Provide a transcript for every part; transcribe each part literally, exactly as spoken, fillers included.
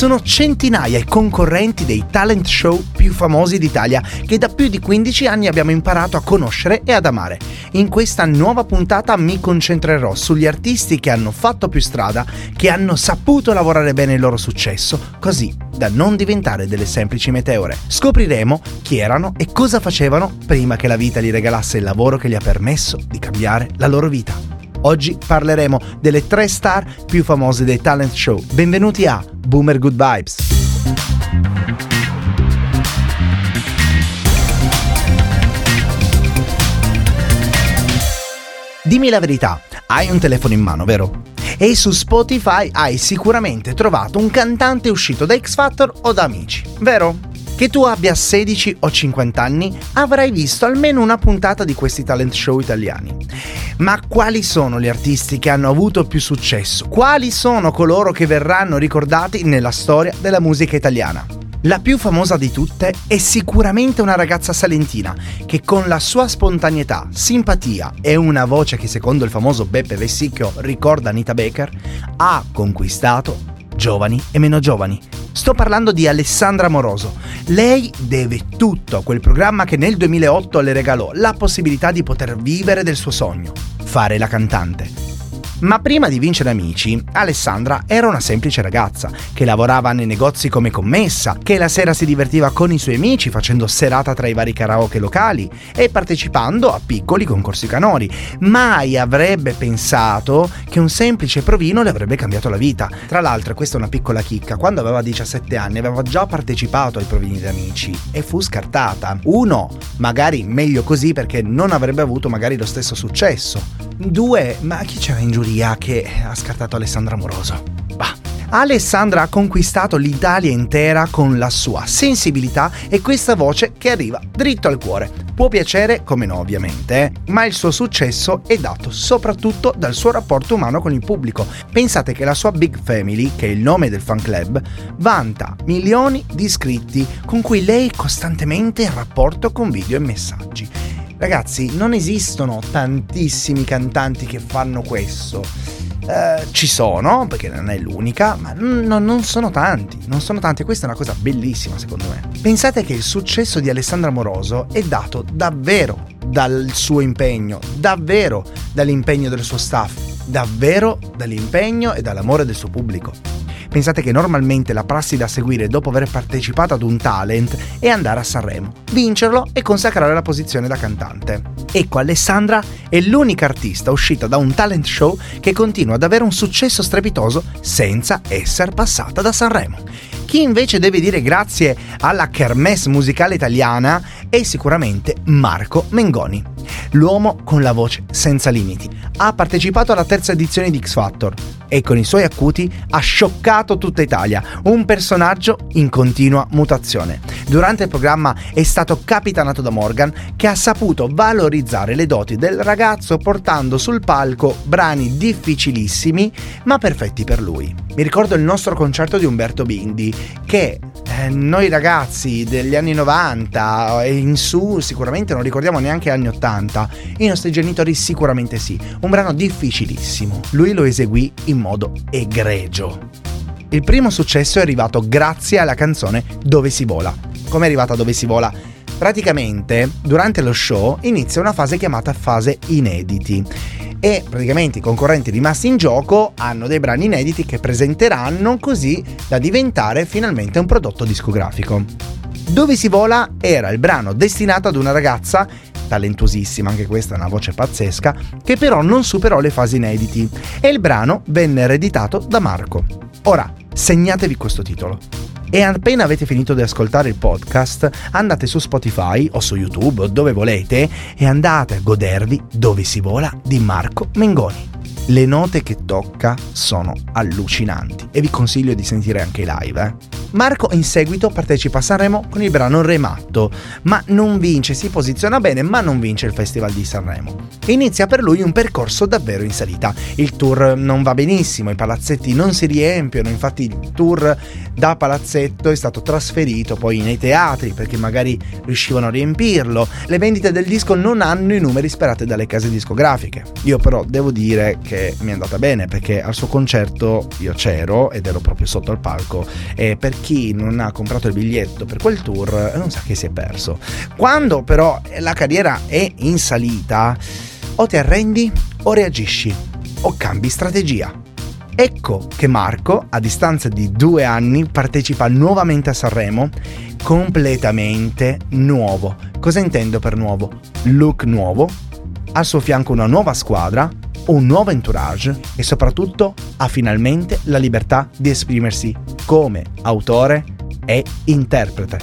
Sono centinaia i concorrenti dei talent show più famosi d'Italia che da più di quindici anni abbiamo imparato a conoscere e ad amare. In questa nuova puntata mi concentrerò sugli artisti che hanno fatto più strada, che hanno saputo lavorare bene il loro successo, così da non diventare delle semplici meteore. Scopriremo chi erano e cosa facevano prima che la vita gli regalasse il lavoro che gli ha permesso di cambiare la loro vita. Oggi parleremo delle tre star più famose dei talent show. Benvenuti a Boomer Good Vibes. Dimmi la verità, hai un telefono in mano, vero? E su Spotify hai sicuramente trovato un cantante uscito da X Factor o da Amici, vero? Che tu abbia sedici o cinquanta anni, avrai visto almeno una puntata di questi talent show italiani. Ma quali sono gli artisti che hanno avuto più successo? Quali sono coloro che verranno ricordati nella storia della musica italiana? La più famosa di tutte è sicuramente una ragazza salentina che con la sua spontaneità, simpatia e una voce che secondo il famoso Beppe Vessicchio ricorda Anita Baker, ha conquistato giovani e meno giovani. Sto parlando di Alessandra Amoroso. Lei deve tutto a quel programma che nel duemilaotto le regalò la possibilità di poter vivere del suo sogno, fare la cantante. Ma prima di vincere Amici, Alessandra era una semplice ragazza che lavorava nei negozi come commessa, che la sera si divertiva con i suoi amici facendo serata tra i vari karaoke locali e partecipando a piccoli concorsi canori. Mai avrebbe pensato che un semplice provino le avrebbe cambiato la vita. Tra l'altro, questa è una piccola chicca, quando aveva diciassette anni aveva già partecipato ai provini di Amici e fu scartata. Uno, magari meglio così perché non avrebbe avuto magari lo stesso successo. Due, ma chi c'era in giuria che ha scartato Alessandra Amoroso? Bah. Alessandra ha conquistato l'Italia intera con la sua sensibilità e questa voce che arriva dritto al cuore. Può piacere, come no ovviamente, eh? Ma il suo successo è dato soprattutto dal suo rapporto umano con il pubblico. Pensate che la sua Big Family, che è il nome del fan club, vanta milioni di iscritti con cui lei è costantemente in rapporto con video e messaggi. Ragazzi, non esistono tantissimi cantanti che fanno questo. Eh, ci sono, perché non è l'unica, ma n- non sono tanti, non sono tanti. Questa è una cosa bellissima secondo me. Pensate che il successo di Alessandra Amoroso è dato davvero dal suo impegno, davvero dall'impegno del suo staff, davvero dall'impegno e dall'amore del suo pubblico. Pensate che normalmente la prassi da seguire dopo aver partecipato ad un talent è andare a Sanremo, vincerlo e consacrare la posizione da cantante. Ecco, Alessandra è l'unica artista uscita da un talent show che continua ad avere un successo strepitoso senza essere passata da Sanremo. Chi invece deve dire grazie alla kermesse musicale italiana è sicuramente Marco Mengoni, l'uomo con la voce senza limiti. Ha partecipato alla terza edizione di X Factor e con i suoi acuti ha scioccato tutta Italia, un personaggio in continua mutazione. Durante il programma è stato capitanato da Morgan, che ha saputo valorizzare le doti del ragazzo portando sul palco brani difficilissimi ma perfetti per lui. Mi ricordo il nostro concerto di Umberto Bindi che eh, noi ragazzi degli anni novanta e in su sicuramente non ricordiamo neanche gli anni ottanta, i nostri genitori sicuramente sì. Un brano difficilissimo, lui lo eseguì in modo egregio. Il primo successo è arrivato grazie alla canzone Dove si vola. Come è arrivata Dove si vola? Praticamente durante lo show inizia una fase chiamata fase inediti e praticamente i concorrenti rimasti in gioco hanno dei brani inediti che presenteranno così da diventare finalmente un prodotto discografico. Dove si vola era il brano destinato ad una ragazza talentuosissima, anche questa è una voce pazzesca, che però non superò le fasi inediti e il brano venne ereditato da Marco. Ora, segnatevi questo titolo. E appena avete finito di ascoltare il podcast, andate su Spotify o su YouTube o dove volete e andate a godervi Dove si vola di Marco Mengoni. Le note che tocca sono allucinanti e vi consiglio di sentire anche i live. Eh. Marco in seguito partecipa a Sanremo con il brano Re matto, ma non vince, si posiziona bene ma non vince il Festival di Sanremo. Inizia per lui un percorso davvero in salita. Il tour non va benissimo, i palazzetti non si riempiono, infatti il tour da palazzetto è stato trasferito poi nei teatri perché magari riuscivano a riempirlo. Le vendite del disco non hanno i numeri sperati dalle case discografiche. Io però devo dire che mi è andata bene, perché al suo concerto io c'ero ed ero proprio sotto al palco, e per chi non ha comprato il biglietto per quel tour non sa che si è perso. Quando però la carriera è in salita, o ti arrendi o reagisci o cambi strategia. Ecco che Marco, a distanza di due anni, partecipa nuovamente a Sanremo, completamente nuovo. Cosa intendo per nuovo? Look nuovo, al suo fianco una nuova squadra, un nuovo entourage e soprattutto ha finalmente la libertà di esprimersi come autore e interprete.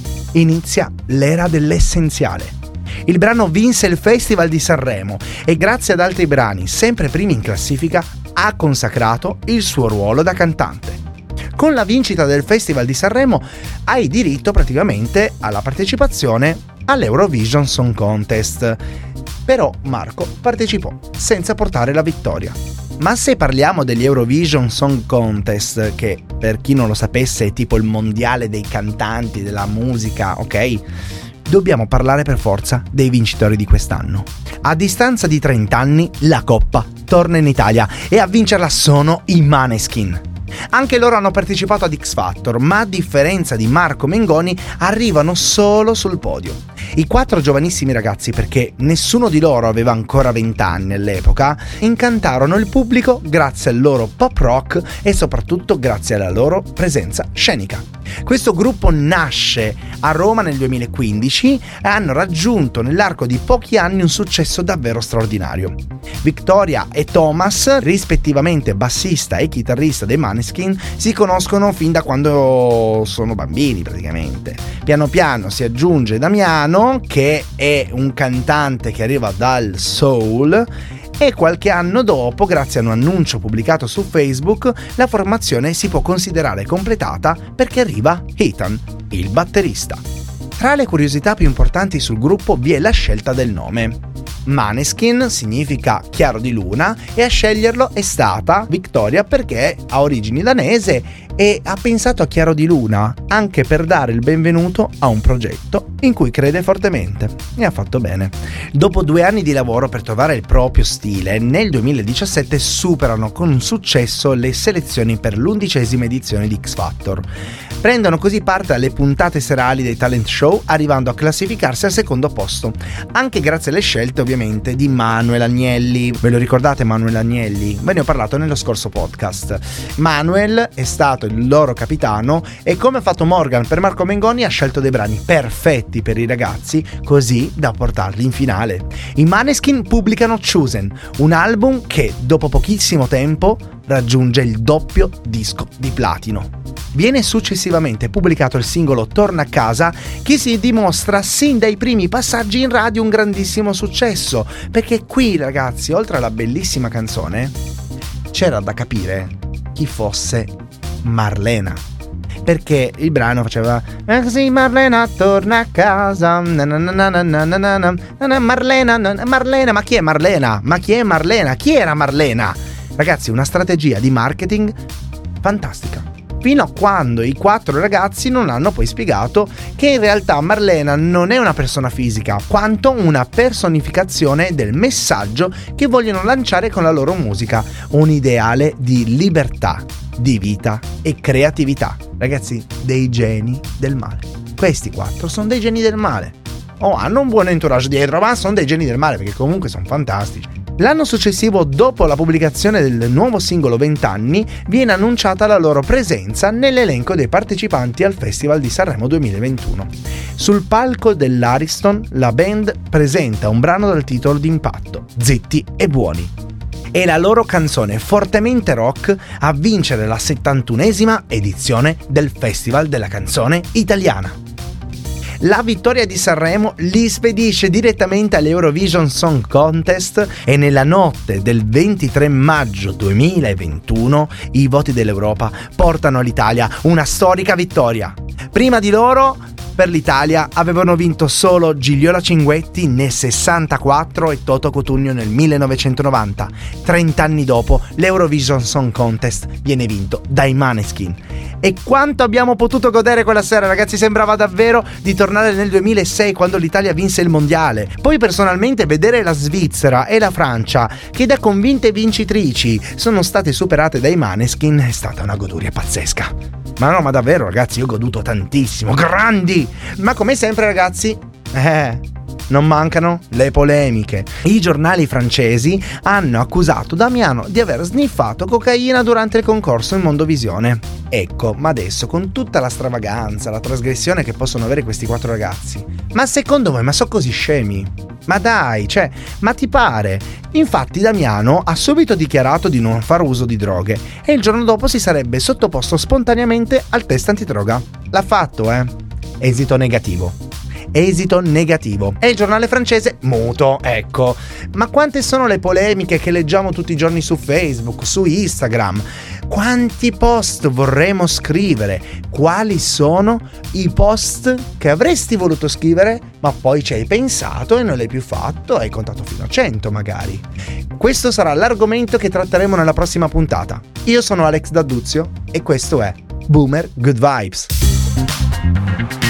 Inizia l'era dell'essenziale. Il brano vinse il Festival di Sanremo e grazie ad altri brani sempre primi in classifica ha consacrato il suo ruolo da cantante. Con la vincita del Festival di Sanremo hai diritto praticamente alla partecipazione all'Eurovision Song Contest. Però Marco partecipò senza portare la vittoria. Ma se parliamo degli Eurovision Song Contest, che per chi non lo sapesse è tipo il mondiale dei cantanti, della musica, ok? Dobbiamo parlare per forza dei vincitori di quest'anno. A distanza di trenta anni la coppa torna in Italia e a vincerla sono i Måneskin. Anche loro hanno partecipato ad X Factor, ma a differenza di Marco Mengoni arrivano solo sul podio. I quattro giovanissimi ragazzi, perché nessuno di loro aveva ancora venti anni all'epoca, incantarono il pubblico grazie al loro pop rock e soprattutto grazie alla loro presenza scenica. Questo gruppo nasce a Roma nel duemilaquindici e hanno raggiunto nell'arco di pochi anni un successo davvero straordinario. Victoria e Thomas, rispettivamente bassista e chitarrista dei Måneskin, si conoscono fin da quando sono bambini praticamente. Piano piano si aggiunge Damiano, che è un cantante che arriva dal soul, e qualche anno dopo, grazie a un annuncio pubblicato su Facebook, la formazione si può considerare completata perché arriva Ethan, il batterista. Tra le curiosità più importanti sul gruppo vi è la scelta del nome. Måneskin significa chiaro di luna e a sceglierlo è stata Victoria, perché ha origini danese e ha pensato a chiaro di luna anche per dare il benvenuto a un progetto in cui crede fortemente, e ha fatto bene. Dopo due anni di lavoro per trovare il proprio stile, nel duemiladiciassette superano con successo le selezioni per l'undicesima edizione di X Factor. Prendono così parte alle puntate serali dei talent show, arrivando a classificarsi al secondo posto, anche grazie alle scelte ovviamente di Manuel Agnelli. Ve lo ricordate Manuel Agnelli? Ve ne ho parlato nello scorso podcast. Manuel è stato il loro capitano e, come ha fatto Morgan per Marco Mengoni, ha scelto dei brani perfetti per i ragazzi così da portarli in finale. I Måneskin pubblicano Chosen, un album che dopo pochissimo tempo raggiunge il doppio disco di platino. Viene successivamente pubblicato il singolo Torna a casa, che si dimostra sin dai primi passaggi in radio un grandissimo successo, perché qui ragazzi, oltre alla bellissima canzone, c'era da capire chi fosse Marlena, perché il brano faceva "Sì, Marlena torna a casa, na na na na na na na na, Marlena, na, Marlena, ma chi è Marlena? Ma chi è Marlena? Chi era Marlena?" Ragazzi, una strategia di marketing fantastica. Fino a quando i quattro ragazzi non hanno poi spiegato che in realtà Marlena non è una persona fisica, quanto una personificazione del messaggio che vogliono lanciare con la loro musica, un ideale di libertà, di vita e creatività. Ragazzi, dei geni del male. Questi quattro sono dei geni del male. Oh, hanno un buon entourage dietro, ma sono dei geni del male, perché comunque sono fantastici. L'anno successivo, dopo la pubblicazione del nuovo singolo vent'anni, viene annunciata la loro presenza nell'elenco dei partecipanti al Festival di Sanremo duemilaventuno. Sul palco dell'Ariston, la band presenta un brano dal titolo d'impatto, Zitti e Buoni. È la loro canzone fortemente rock a vincere la settantunesima edizione del Festival della Canzone Italiana. La vittoria di Sanremo li spedisce direttamente all'Eurovision Song Contest e nella notte del ventitré maggio duemilaventuno i voti dell'Europa portano all'Italia una storica vittoria. Prima di loro, per l'Italia, avevano vinto solo Gigliola Cinguetti nel sessantaquattro e Toto Cutugno nel millenovecentonovanta. Trent'anni dopo, l'Eurovision Song Contest viene vinto dai Måneskin. E quanto abbiamo potuto godere quella sera, ragazzi, sembrava davvero di tornare nel duemilasei quando l'Italia vinse il mondiale. Poi personalmente vedere la Svizzera e la Francia, che da convinte vincitrici sono state superate dai Maneskin, è stata una goduria pazzesca. Ma no, ma davvero ragazzi, io ho goduto tantissimo, grandi! Ma come sempre ragazzi, eh... non mancano le polemiche. I giornali francesi hanno accusato Damiano di aver sniffato cocaina durante il concorso in Mondovisione. Ecco, ma adesso con tutta la stravaganza, la trasgressione che possono avere questi quattro ragazzi, ma secondo voi, ma sono così scemi? Ma dai, cioè, ma ti pare? Infatti Damiano ha subito dichiarato di non far uso di droghe e il giorno dopo si sarebbe sottoposto spontaneamente al test antidroga. L'ha fatto, eh? Esito negativo. Esito negativo. E il giornale francese muto, ecco. Ma quante sono le polemiche che leggiamo tutti i giorni su Facebook, su Instagram? Quanti post vorremmo scrivere? Quali sono i post che avresti voluto scrivere, ma poi ci hai pensato e non l'hai più fatto, hai contato fino a cento magari? Questo sarà l'argomento che tratteremo nella prossima puntata. Io sono Alex D'Adduzio e questo è Boomer Good Vibes.